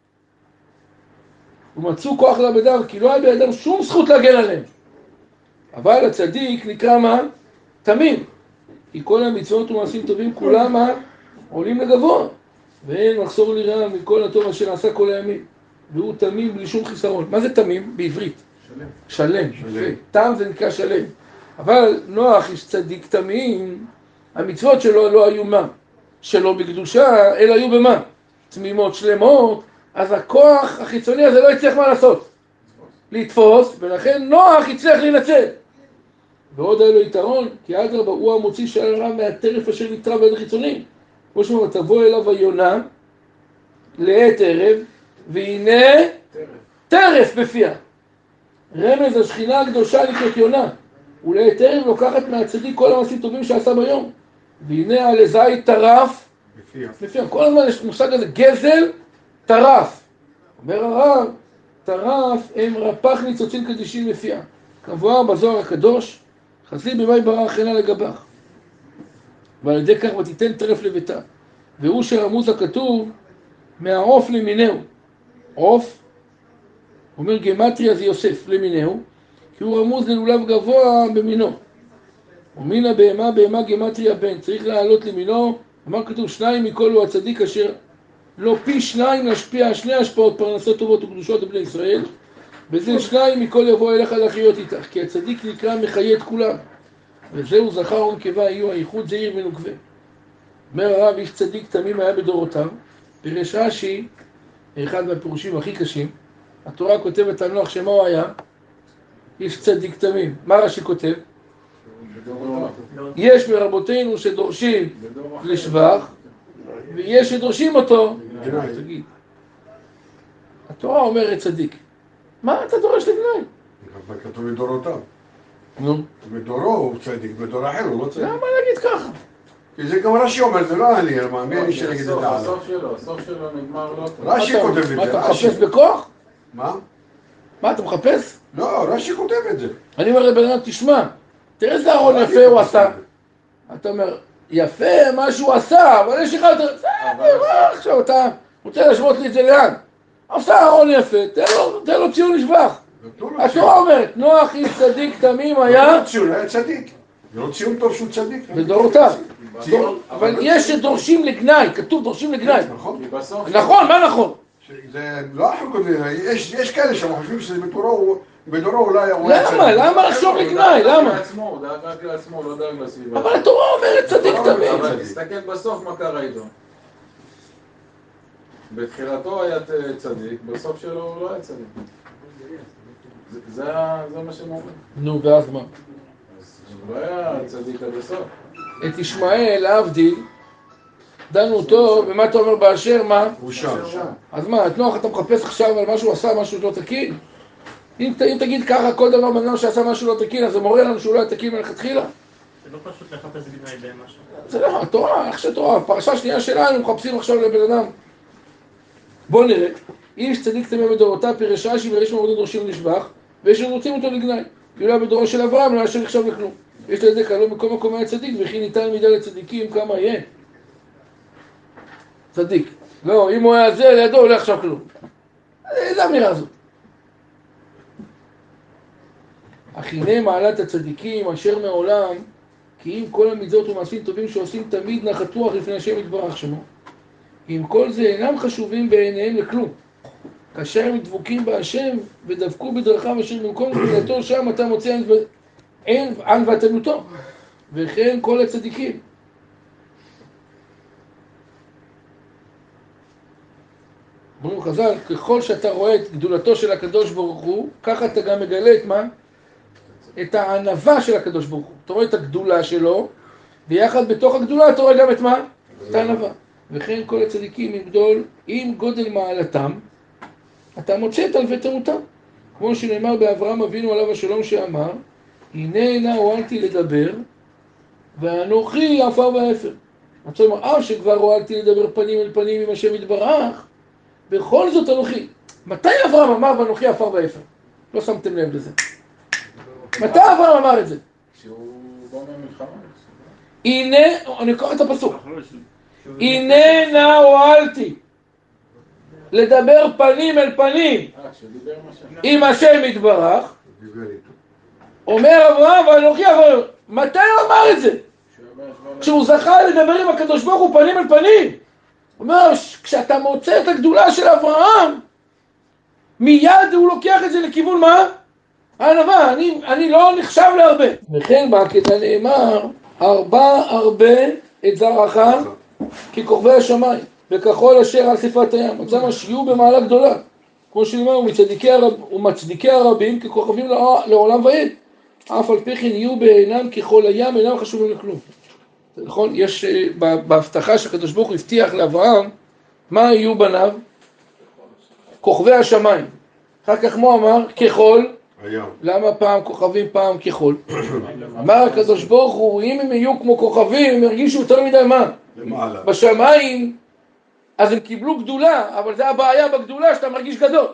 ומצאו כוח לעבדיו, כי לא היה בידם שום זכות להגן עליהם. אבל הצדיק נקרא מה? תמים. כי כל המצוות ומעשים טובים כולם מה? עולים לגבוה. ואין מחסור ליראה מכל הטוב אשר עשה כל הימים. והוא תמים בלי שום חיסרון. מה זה תמים? בעברית. שלם. שלם. שלם. תם זה נקרא שלם. אבל נוח איש צדיק תמים, המצוות שלו לא היו מה? שלא בקדושה, אלא היו במה? תמימות שלמות. אז הכוח החיצוני הזה לא הצליח מה לעשות? לתפוס, ולכן נוח הצליח להינצל. ועוד היה לו יתרון, כי אדרבה הוא המוציא של הרע מהטרף אשר נטרף ביד החיצוני. כמו שאומר, תבוא אליו היונה לעת ערב, והנה טרף בפיה. רמז השכינה הקדושה נקראת יונה, ולעת ערב לוקחת מהצדיק כל המעשים טובים שעשה ביום. והנה על הזית טרף בפיה. בפיה. כל הזמן יש מושג הזה, גזל, טרף. אומר הרב, טרף הם רפ"ח ניצוצין קדישין בפיה. כמבואר בזוהר הקדוש, חסי במאי ברח אינה לגבך. ועל ידי כך ותיתן טרף לביתה. והוא שרמוז הכתוב, מהעוף למינהו. עוף, אומר גמטריה זה יוסף למינהו, כי הוא רמוז ללולב גבוה במינו. ומן הבהמה, בהמה גמטריה בן. צריך לעלות למינו, אמר כתוב, שניים מכל הוא הצדיק אשר לא פי שניים להשפיע שני השפעות פרנסות טובות וקדושות לבני ישראל, וזה שניים מכל יבוא אליך לחיות איתך, כי הצדיק נקרא מחיה את כולם, וזהו זכר ונקבה יהיו הייחוד זעיר ונוקבה. אומר הרב, איש צדיק תמים היה בדורותיו. פירש רש"י, אחד מהפירושים הכי קשים, התורה כותבת על נוח שמה הוא היה? איש צדיק תמים. מה רש"י כותב? יש מרבותינו שדורשים לשבח, ויש שדורשים אותו. תגיד, התורה אומרת צדיק. מה אתה דורש לגנאי? אבל כתוב בדורותיו. נו. בדורו הוא צדיק, בדור אחר הוא לא צדיק. למה להגיד ככה? כי זה גם רש"י אומר, זה לא אני, מי אני שנגיד את זה עליו. הסוף שלו, הסוף שלו נגמר לא טוב. רש"י כותב את זה. מה אתה מחפש בכוח? מה? מה אתה מחפש? לא, רש"י כותב את זה. אני אומר לבן אדם, תשמע, תראה איזה ארון יפה הוא עשה. אתה אומר, יפה מה שהוא עשה, אבל יש לך יותר... מה עכשיו, אתה רוצה להשוות לי את זה לאן? עשה ארון יפה, תן לו ציון לשבח. התורה אומרת, נוח איש צדיק תמים היה... לא ציון, היה צדיק. זה לא ציון טוב שהוא צדיק. בדורותיו. אבל יש שדורשים לגנאי, כתוב דורשים לגנאי. נכון. נכון, מה נכון? זה לא החוק הזה, יש, יש כאלה שחושבים שזה בתורו, בדורו אולי... למה? למה לחשוב לגנאי? למה? הוא דאג רק לעצמו, הוא לא דאג לסביבה. אבל התורה אומרת צדיק תמיד. אבל תסתכל בסוף מה קרה איתו. בתחילתו היה צדיק, בסוף שלו הוא לא היה צדיק. זה מה שהם אומרים. נו, ואז מה? הוא לא היה צדיק עד הסוף. את ישמעאל, להבדיל, דנו אותו, ומה אתה אומר באשר, מה? הוא שם. אז מה, את נוח אתה מחפש עכשיו על משהו עשה, משהו לא תקין? אם, אם תגיד ככה, כל דבר בנאדם שעשה משהו לא תקין, אז זה מורה לנו שהוא לא היה תקין מלכתחילה? זה לא פשוט לחפש גנאי במשהו. זה לא, התורה, איך שתורה, פרשה שנייה שלנו, מחפשים עכשיו לבן אדם. בוא נראה, איש צדיק תמיד בדורותיו, פירש רש"י וריש מעבודות דורשים לשבח, ויש לנו רוצים אותו לגנאי. גאולה בדורו של אברהם, לא היה שנחשב לכלום. יש לידי קלו בכל מקום היה צדיק, וכי ניתן מידה לצדיקים, כמה יהיה? צדיק. לא, אם הוא היה זה, לידו הוא לא יחשב כלום. איזה אמירה הזאת. אך הנה מעלת הצדיקים אשר מעולם, כי אם כל המצוות ומעשים טובים שעושים תמיד נחת רוח לפני השם יתברך שמו. אם כל זה אינם חשובים בעיניהם לכלום. כאשר הם דבוקים בהשם ודבקו בדרכיו אשר במקום גדולתו, שם אתה מוצא עין ועתנותו. וכן כל הצדיקים. אומרים חז"ל, ככל שאתה רואה את גדולתו של הקדוש ברוך הוא, ככה אתה גם מגלה את מה? את הענווה של הקדוש ברוך הוא. אתה רואה את הגדולה שלו, ויחד בתוך הגדולה אתה רואה גם את מה? את הענווה. וכן כל הצדיקים עם גדול, עם גודל מעלתם, אתה מוצא את אלפי תמותם. כמו שנאמר באברהם אבינו עליו השלום שאמר, הנה הנה הועלתי לדבר, ואנוכי עפר ואפר. זאת אומרת, אף שכבר הועלתי לדבר פנים אל פנים עם השם יתברך, בכל זאת אנוכי. מתי אברהם אמר ואנוכי עפר ואפר? לא שמתם לב לזה. מתי אברהם אמר את זה? כשהוא בא מהמלחמה. הנה, אני קורא את הפסוק. הנה נא הועלתי לדבר פנים אל פנים עם השם יתברך. אומר אברהם ואנוכי עפר. מתי הוא אמר את זה? כשהוא זכה לדבר עם הקדוש ברוך הוא פנים אל פנים. הוא אומר, כשאתה מוצא את הגדולה של אברהם, מיד הוא לוקח את זה לכיוון מה? הענווה, אני, אני לא נחשב להרבה. וכן בעקדה נאמר, הרבה הרבה את זרעך ככוכבי השמיים, וככל אשר על שפת הים. אז למה שיהיו במעלה גדולה. כמו שנאמר, ומצדיקי, הרב, ומצדיקי הרבים ככוכבים לעולם ועד. אף על פי כן יהיו בעינם ככל הים, אינם חשובים לכלום. נכון? יש בהבטחה שהקדוש ברוך הוא הבטיח לאברהם, מה יהיו בניו? כוכבי השמיים. אחר כך מה אמר? ככל. הים. למה פעם כוכבים פעם ככל? אמר הקדוש ברוך הוא, אם הם יהיו כמו כוכבים, הם ירגישו יותר מדי מה? למעלה. בשמיים, אז הם קיבלו גדולה, אבל זה הבעיה בגדולה שאתה מרגיש גדול.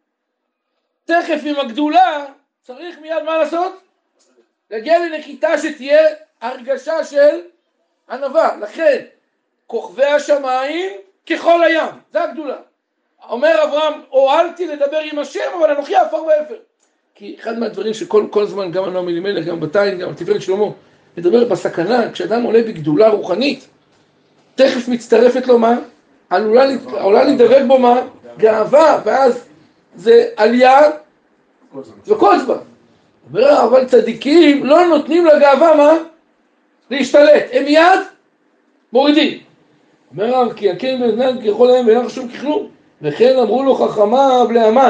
תכף עם הגדולה, צריך מיד מה לעשות? להגיע לנחיתה שתהיה הרגשה של ענווה. לכן, כוכבי השמיים ככל הים, זה הגדולה. אומר אברהם, הועלתי לדבר עם השם, אבל אנוכי עפר ואפר. כי אחד מהדברים שכל כל הזמן, גם הנועם אלימלך, גם בתיין, גם תפארת שלמה, מדבר בסכנה, כשאדם עולה בגדולה רוחנית, תכף מצטרפת לו מה? עלולה, עלולה להידבק בו מה? גאווה, ואז זה עלייה וקוצבה. אומר, אבל צדיקים לא נותנים לגאווה מה? להשתלט. הם מיד מורידים. אומר, כי הכן בזנן ככל הם ואין חשוב ככלום. וכן אמרו לו חכמיו להמן.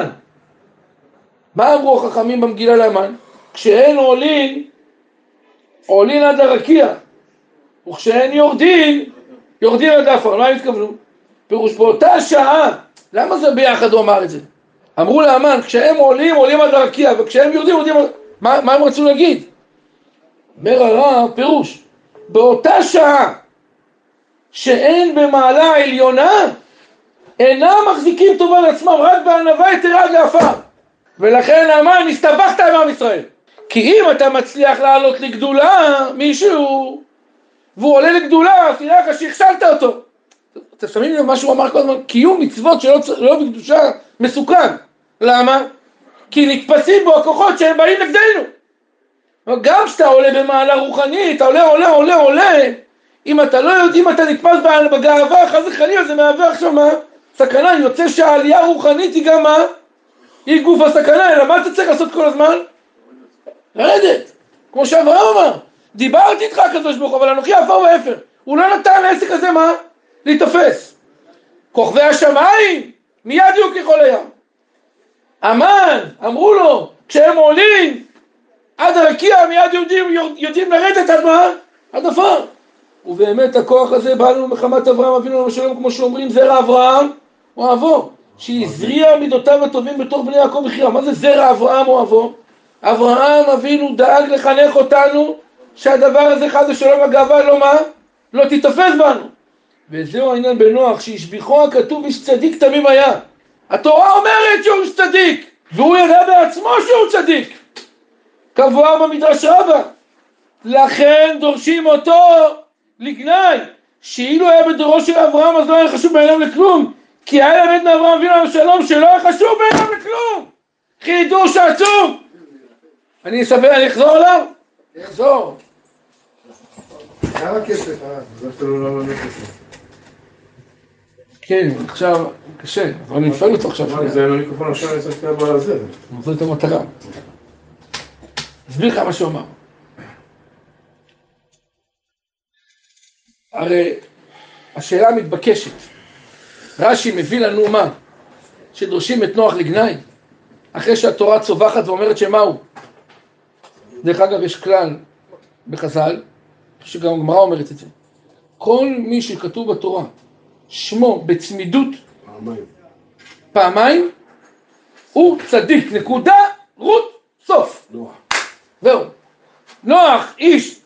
מה אמרו חכמים במגילה להמן? כשהן עולין, עולין עד הרקיע. וכשהן יורדין, יורדין עד אפר. מה הם התכוונו? פירוש באותה שעה. למה זה ביחד הוא אמר את זה? אמרו להמן, כשהם עולים, עולים עד הרקיע, וכשהם יורדים, יורדים עד... מה, מה הם רצו להגיד? אומר הרב, פירוש. באותה שעה שאין במעלה העליונה, אינם מחזיקים טובה לעצמם, רק בענווה יתרה עד לעפר. ולכן אמר, נסתבכת עם עם ישראל. כי אם אתה מצליח לעלות לגדולה, מישהו, והוא עולה לגדולה, אז תראה לך שהכשלת אותו. אתם שמים לי מה שהוא אמר כל הזמן, קיום מצוות שלא לא בקדושה מסוכן. למה? כי נתפסים בו הכוחות שהם באים נגדנו. גם כשאתה עולה במעלה רוחנית, אתה עולה, עולה, עולה, עולה, אם אתה לא יודע, אם אתה נתפס בגאווה, חס וחלילה, זה מהווה עכשיו מה? סכנה, יוצא שהעלייה הרוחנית היא גם מה? היא גוף הסכנה, אלא מה אתה צריך לעשות כל הזמן? לרדת, כמו שאברהם אמר, דיברתי איתך הקדוש ברוך הוא, אבל אנוכי עפר ואפר, הוא לא נתן לעסק הזה מה? להתאפס. כוכבי השמיים, מיד יהיו ככל הים. המן, אמרו לו, כשהם עולים עד הרקיע, מיד יודעים, יודעים לרדת עד מה? עד עפר. ובאמת הכוח הזה בא לנו מחמת אברהם אבינו עליו השלום, כמו שאומרים, זרע אברהם אוהבו, שהזריע מידותיו הטובים בתוך בני יעקב וחירם. מה זה זרע אברהם אוהבו? אברהם אבינו דאג לחנך אותנו שהדבר הזה חס ושלום הגאווה לא מה? לא תתאפס בנו. וזהו העניין בנוח, שהשביחו הכתוב איש צדיק תמים היה. התורה אומרת שהוא איש צדיק, והוא ידע בעצמו שהוא צדיק. כבואר במדרש רבה. לכן דורשים אותו לגנאי, שאילו היה בדורו של אברהם אז לא היה חשוב בעיניו לכלום, כי היה למד מאברהם אבינו עליו השלום שלא היה חשוב בעיניו לכלום. חידוש עצום. אני אספר, אני אחזור עליו? אחזור. כמה כסף, אה? זה אפילו לא לא כסף. כן, עכשיו, קשה, אבל אני מפעל אותו עכשיו. זה אין לי כופן עכשיו לצאת כבר על זה. זאת המטרה. אסביר לך מה שאומר. הרי השאלה מתבקשת. רש"י מביא לנו מה? שדורשים את נוח לגנאי, אחרי שהתורה צובחת ואומרת שמה הוא? דרך אגב, יש כלל בחז"ל, שגם הגמרא אומרת את זה. כל מי שכתוב בתורה, שמו בצמידות פעמיים. פעמיים, הוא צדיק, נקודה, רות, סוף. נוח. זהו. נוח, איש.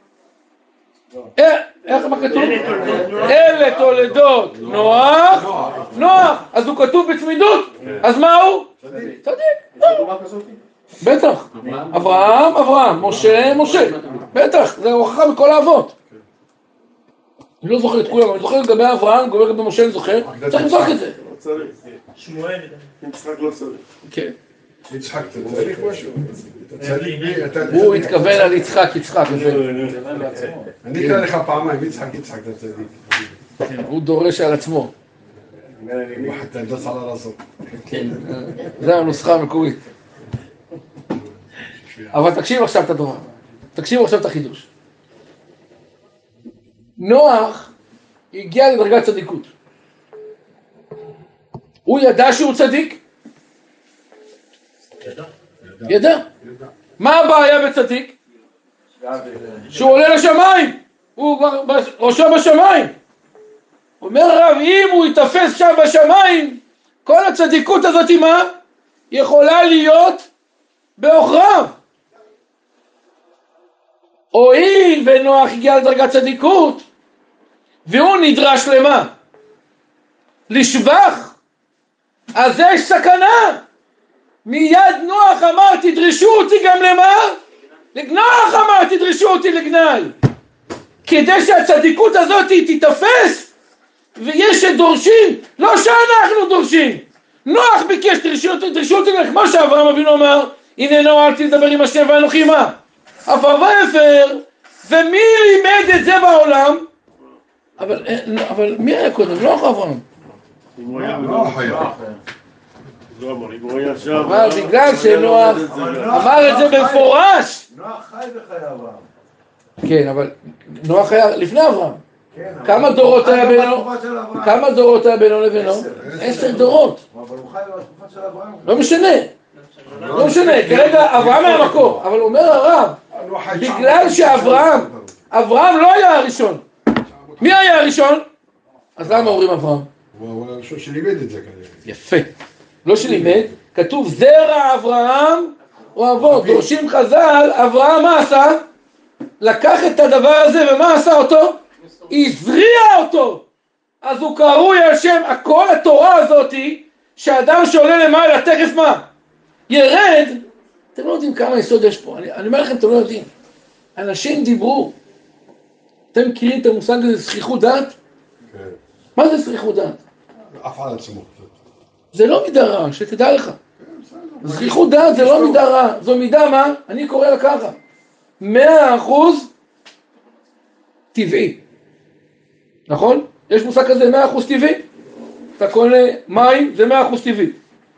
אה, איך מה כתוב? אלה תולדות נוח, נוח. אז הוא כתוב בצמידות. אז מה הוא? צדיק. בטח. אברהם, אברהם. משה, משה. בטח. זה הוכחה בכל האבות. אני לא זוכר את כולם, אני זוכר לגבי אברהם, גומר במשה, אני זוכר. צריך לבדוק את זה. שמואל. יצחק לא צריך. כן. יצחק, אתה צריך משהו. הוא התכוון על יצחק, יצחק. אני אקרא לך פעמיים, יצחק, יצחק, אתה צדיק. הוא דורש על עצמו. אתה נדוס על הרסות. זה הנוסחה המקורית. אבל תקשיב עכשיו את הדבר. תקשיב עכשיו את החידוש. נוח הגיע לדרגת צדיקות. הוא ידע שהוא צדיק? ידע. ידע. מה הבעיה בצדיק? שהוא עולה לשמיים. הוא כבר ראשו בשמיים. אומר הרב, אם הוא יתפס שם בשמיים, כל הצדיקות הזאת מה? יכולה להיות בעוכריו. הואיל ונוח הגיע לדרגת צדיקות, והוא נדרש למה? לשבח. אז יש סכנה. מיד נוח אמר, תדרשו אותי גם למה? נוח אמר, תדרשו אותי לגנאי. כדי שהצדיקות הזאת תתפס, ויש שדורשים, לא שאנחנו דורשים. נוח ביקש, תדרשו אותי, כמו שאברהם אבינו אמר, הנה נוח, אל תדבר עם השם ואנוכי מה? עפר ואפר. ומי לימד את זה בעולם? אבל, אבל מי היה קודם? נוח או אברהם? נוח היה. אבל בגלל שנוח אמר את זה במפורש. נוח חי בחיי אברהם. כן, אבל נוח היה לפני אברהם. כמה דורות היה בינו? כמה דורות היה בינו לבינו? עשר דורות. אבל הוא חי בתקופה של אברהם. לא משנה. לא משנה, כרגע אברהם היה מקור. אבל אומר הרב, בגלל שאברהם, אברהם לא היה הראשון. מי היה הראשון? אז למה אומרים אברהם? הוא הראשון שלימד את זה כנראה. יפה. לא שלימד, כתוב זרע אברהם אוהבו. דורשים חז"ל, אברהם מה עשה? לקח את הדבר הזה ומה עשה אותו? הזריע אותו. אז הוא קרוי על שם, כל התורה הזאת שאדם שעולה למעלה תכף מה? ירד. אתם לא יודעים כמה יסוד יש פה. אני, אני אומר לכם, אתם לא יודעים. אנשים דיברו. אתם מכירים את המושג הזה, זכיחות דעת? כן. מה זה זכיחות דעת? אף על עצמו. זה לא מידה רע, שתדע לך. זכיחות דעת זה לא מידה רע. זו מידה מה? אני קורא לה ככה. מאה אחוז טבעי. נכון? יש מושג כזה מאה אחוז טבעי? אתה קונה מים, זה מאה אחוז טבעי.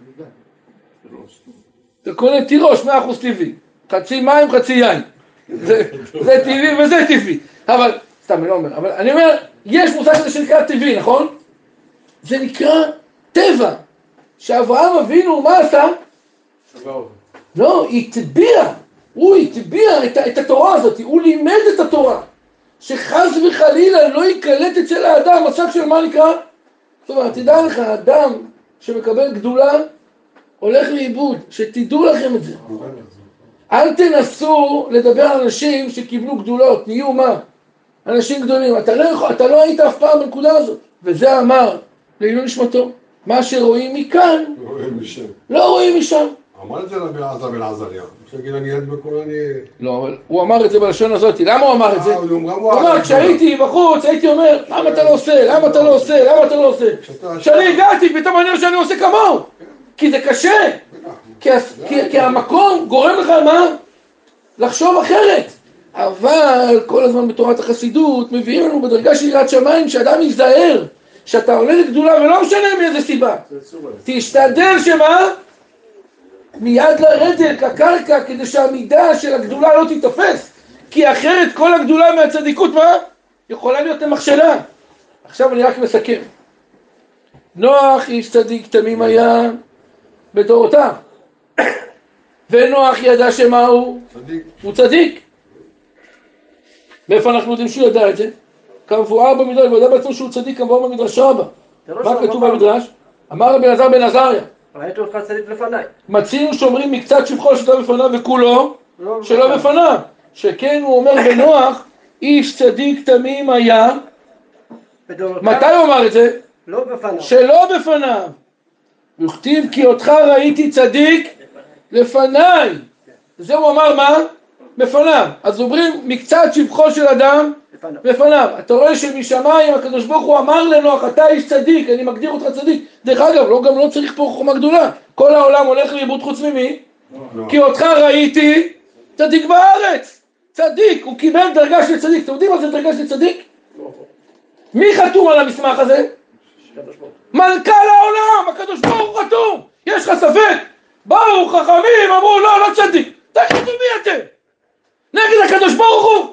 אתה קונה תירוש, מאה אחוז טבעי. חצי מים, חצי יין. זה, זה טבעי וזה טבעי. אבל, סתם, אני לא אומר, אבל אני אומר, יש מושג כזה שנקרא טבעי, נכון? זה נקרא טבע. שאברהם אבינו, מה עשה? לא, הטביע. הוא הטביע את, את התורה הזאת, הוא לימד את התורה. שחס וחלילה לא יקלט אצל האדם, מצב של מה נקרא? זאת אומרת, תדע לך, האדם שמקבל גדולה, הולך לאיבוד, שתדעו לכם את זה. אל תנסו לדבר על אנשים שקיבלו גדולות, נהיו מה? אנשים גדולים, אתה לא, אתה לא היית אף פעם בנקודה הזאת. וזה אמר לעילוי נשמתו, מה שרואים מכאן, לא רואים משם. אמר את זה רבי אלעזר בן עזריה, שגיד אני יד בכל אני... לא, אבל הוא אמר את זה בלשון הזאת, למה הוא אמר את זה? הוא אמר, כשהייתי בחוץ, הייתי אומר, למה אתה לא עושה, למה אתה לא עושה, למה אתה לא עושה? כשאני הגעתי, פתאום אני אומר שאני עושה כמוהו, כי זה קשה, כי המקום גורם לך מה? לחשוב אחרת. אבל כל הזמן בתורת החסידות מביאים לנו בדרגה של יראת שמיים שאדם ייזהר, שאתה עולה לגדולה ולא משנה מאיזה סיבה. תשתדל שמה? מיד לרדת לקרקע כדי שהמידה של הגדולה לא תתפס, כי אחרת כל הגדולה מהצדיקות מה? יכולה להיות למכשלה. עכשיו אני רק מסכם. נוח איש צדיק תמים היה בדורותיו, ונוח ידע שמה הוא? צדיק. הוא צדיק. מאיפה אנחנו יודעים שהוא ידע את זה? כמבואר במדרש, הוא ידע בעצמו שהוא צדיק כמבואר במדרש רבה. מה כתוב במדרש? אמר רבי אלעזר בן עזריה, ראיתי אותך צדיק לפניי. מצינו שומרים מקצת שבחו שלא בפניו וכולו שלא בפניו. שכן הוא אומר בנוח, איש צדיק תמים היה. מתי הוא אמר את זה? לא בפניו. שלא בפניו. וכתיב כי אותך ראיתי צדיק לפניי. זה הוא אמר מה? בפניו. אז אומרים מקצת שבחו של אדם בפניו. אתה רואה שמשמיים הקדוש ברוך הוא אמר לנוח, אתה איש צדיק, אני מגדיר אותך צדיק. דרך אגב, לא, גם לא צריך פה חוכמה גדולה. כל העולם הולך לאיבוד חוץ ממי? כי אותך ראיתי צדיק בארץ. צדיק, הוא קיבל דרגה של צדיק. אתם יודעים מה זה דרגה של צדיק? מי חתום על המסמך הזה? מנכ"ל העולם, הקדוש ברוך הוא חתום. יש לך ספק? באו חכמים, אמרו לא, לא צדיק. תגידו מי אתם? נגד הקדוש ברוך הוא.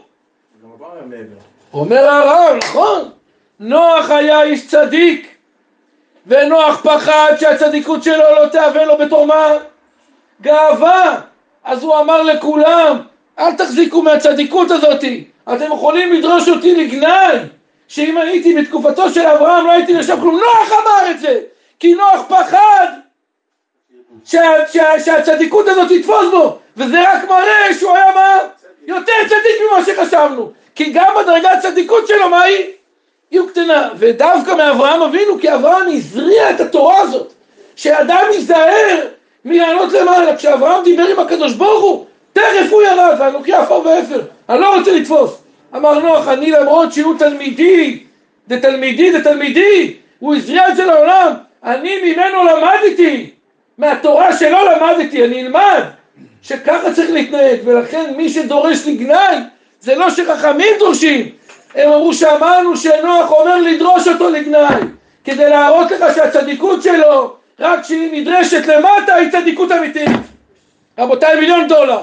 אומר הרב, נכון? נוח היה איש צדיק, ונוח פחד שהצדיקות שלו לא תהווה לו בתור מה? גאווה. אז הוא אמר לכולם, אל תחזיקו מהצדיקות הזאת, אתם יכולים לדרוש אותי לגנאי, שאם הייתי בתקופתו של אברהם לא הייתי נשב כלום. נוח אמר את זה, כי נוח פחד שה, שה, שהצדיקות הזאת תתפוס בו, וזה רק מראה שהוא היה מה? יותר צדיק ממה שחשבנו, כי גם בדרגת צדיקות שלו מה היא? היא קטנה. ודווקא מאברהם אבינו, כי אברהם הזריע את התורה הזאת, שאדם ייזהר מלענות למעלה. כשאברהם דיבר עם הקדוש ברוך הוא, תכף הוא ירד, ואנוכי עפר ואפר, אני לא רוצה לתפוס. אמר נוח, אני למרות שהוא תלמידי, זה תלמידי, זה תלמידי, הוא הזריע את זה לעולם, אני ממנו למדתי, מהתורה שלו למדתי, אני אלמד שככה צריך להתנהג. ולכן מי שדורש לגנאי, זה לא שחכמים דורשים, הם אמרו שאמרנו שנוח אומר לדרוש אותו לגנאי, כדי להראות לך שהצדיקות שלו, רק שהיא נדרשת למטה, היא צדיקות אמיתית. רבותיי, מיליון דולר.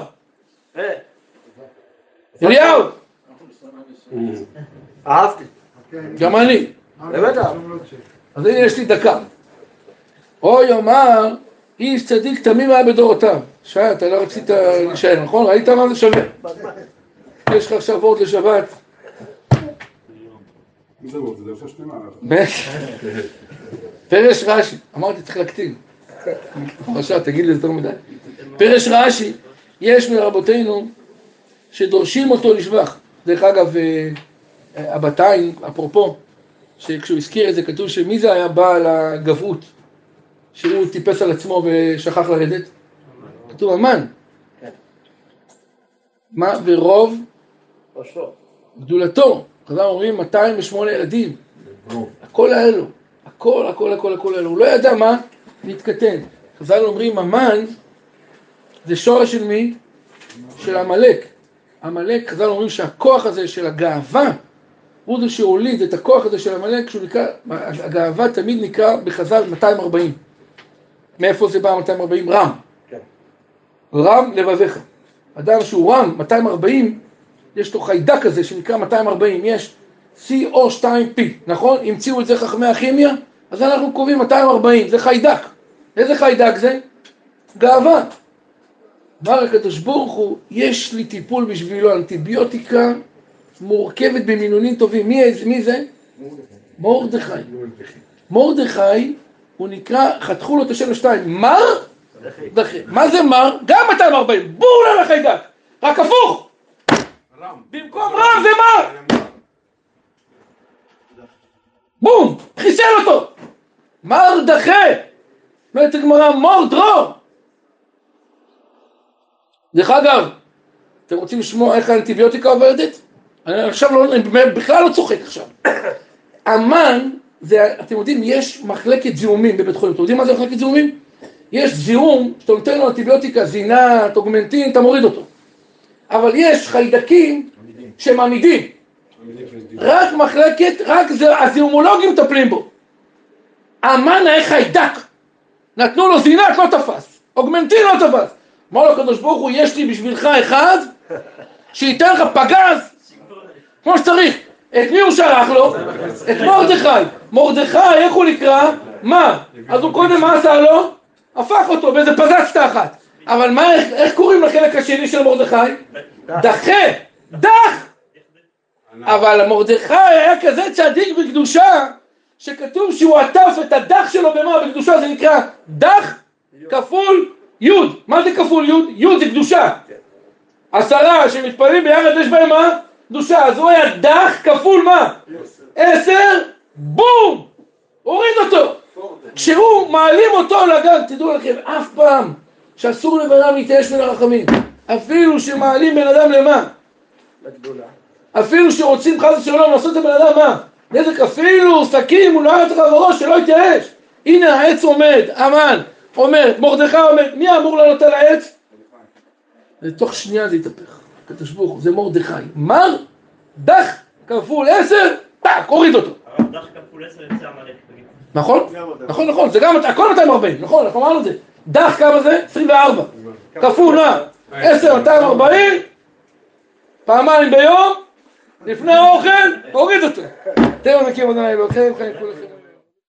אליהו. אהבתי. גם אני. אז הנה יש לי דקה. או יאמר, איש צדיק תמים היה בדורותיו. שי, אתה לא רצית להישאר, נכון? ראית מה זה שווה? יש לך עכשיו וורט לשבת. זה וורט, זה דרשה שלמה. פרש רש"י, אמרתי צריך להקטין. עכשיו תגיד לי יותר מדי. פרש רש"י, יש מרבותינו שדורשים אותו לשבח. דרך אגב, הבתיים, אפרופו, שכשהוא הזכיר את זה כתוב שמי זה היה בעל הגבעות, שהוא טיפס על עצמו ושכח לרדת? כתוב המן. מה? ורוב גדולתו. חז"ל אומרים מאתיים ושמונה ילדים. הכל היה לו. הכל, הכל, הכל, הכל היה לו. הוא לא ידע מה? להתקטן. חז"ל אומרים המן זה שורש של מי? של עמלק. עמלק, חז"ל אומרים שהכוח הזה של הגאווה הוא זה שהוליד את הכוח הזה של עמלק, כשהוא נקרא, הגאווה תמיד נקרא בחז"ל מאתיים וארבעים. מאיפה זה בא מאתיים וארבעים? רם. כן. רם לבביך. אדם שהוא רם, מאתיים וארבעים, יש לו חיידק כזה שנקרא מאתיים וארבעים, יש סי או שתיים פי, נכון? המציאו את זה חכמי הכימיה, אז אנחנו קובעים מאתיים וארבעים, זה חיידק. איזה חיידק זה? גאווה. אמר הקדוש ברוך הוא, יש לי טיפול בשבילו, אנטיביוטיקה מורכבת במינונים טובים. מי, מי זה? מרדכי. מרדכי, הוא נקרא, חתכו לו את השם לשתיים, מר? דחה. מה זה מר? גם מאתיים וארבעים, בול על החיידק, רק הפוך. במקום רם זה מר. בום, חיסל אותו. מר דחה. אומרת הגמרא, מור דרור. דרך אגב, אתם רוצים לשמוע איך האנטיביוטיקה עובדת? אני עכשיו לא, אני בכלל לא צוחק עכשיו. אמן, זה, אתם יודעים, יש מחלקת זיהומים בבית חולים. אתם יודעים מה זה מחלקת זיהומים? יש זיהום, שאתה נותן לו אנטיביוטיקה, זינת, אוגמנטין, אתה מוריד אותו. אבל יש חיידקים שהם עמידים. רק מחלקת, רק זה, הזיהומולוגים מטפלים בו. אמן היה חיידק. נתנו לו זינת, לא תפס. אוגמנטין לא תפס. אמר לו הקדוש ברוך הוא, יש לי בשבילך אחד שייתן לך פגז כמו שצריך. את מי הוא שלח לו? את מרדכי. מרדכי, איך הוא נקרא? מה? אז הוא קודם מה עשה לו? הפך אותו באיזה פגז אחת. אבל מה, איך, איך קוראים לחלק השני של מרדכי? דחה. דח. אבל מרדכי היה כזה צדיק בקדושה שכתוב שהוא עטף את הדח שלו במה? בקדושה זה נקרא דח כפול יוד. מה זה כפול יוד? יוד זה קדושה. עשרה שמתפללים ביחד יש בהם מה? קדושה. אז הוא היה דח כפול מה? עשר, בום! הוריד אותו. כשהוא מעלים אותו לגג, תדעו לכם, אף פעם שאסור לבן אדם להתייאש מן הרחמים. אפילו שמעלים בן אדם למה? אפילו שרוצים חס ושלום לעשות את הבן אדם מה? נזק, אפילו סכים, הוא לא היה צריך בראש שלא יתייאש. הנה העץ עומד, אמן. אומר, מרדכי אומר, מי אמור לעלות על העץ? לתוך שנייה זה יתהפך. הקדוש ברוך הוא, זה מרדכי. מר, דח, כפול עשר, טק, הוריד אותו. דח כפול עשר יצא עמלק. נכון? נכון, נכון, זה גם, הכל מאתיים וארבעים, נכון, אנחנו אמרנו את זה. דח כמה זה? עשרים וארבע. כפול מה? עשר, מאתיים וארבעים, פעמיים ביום, לפני האוכל, הוריד אותו. תראו נקים אדוני אלוהיכם, חיים כולכם.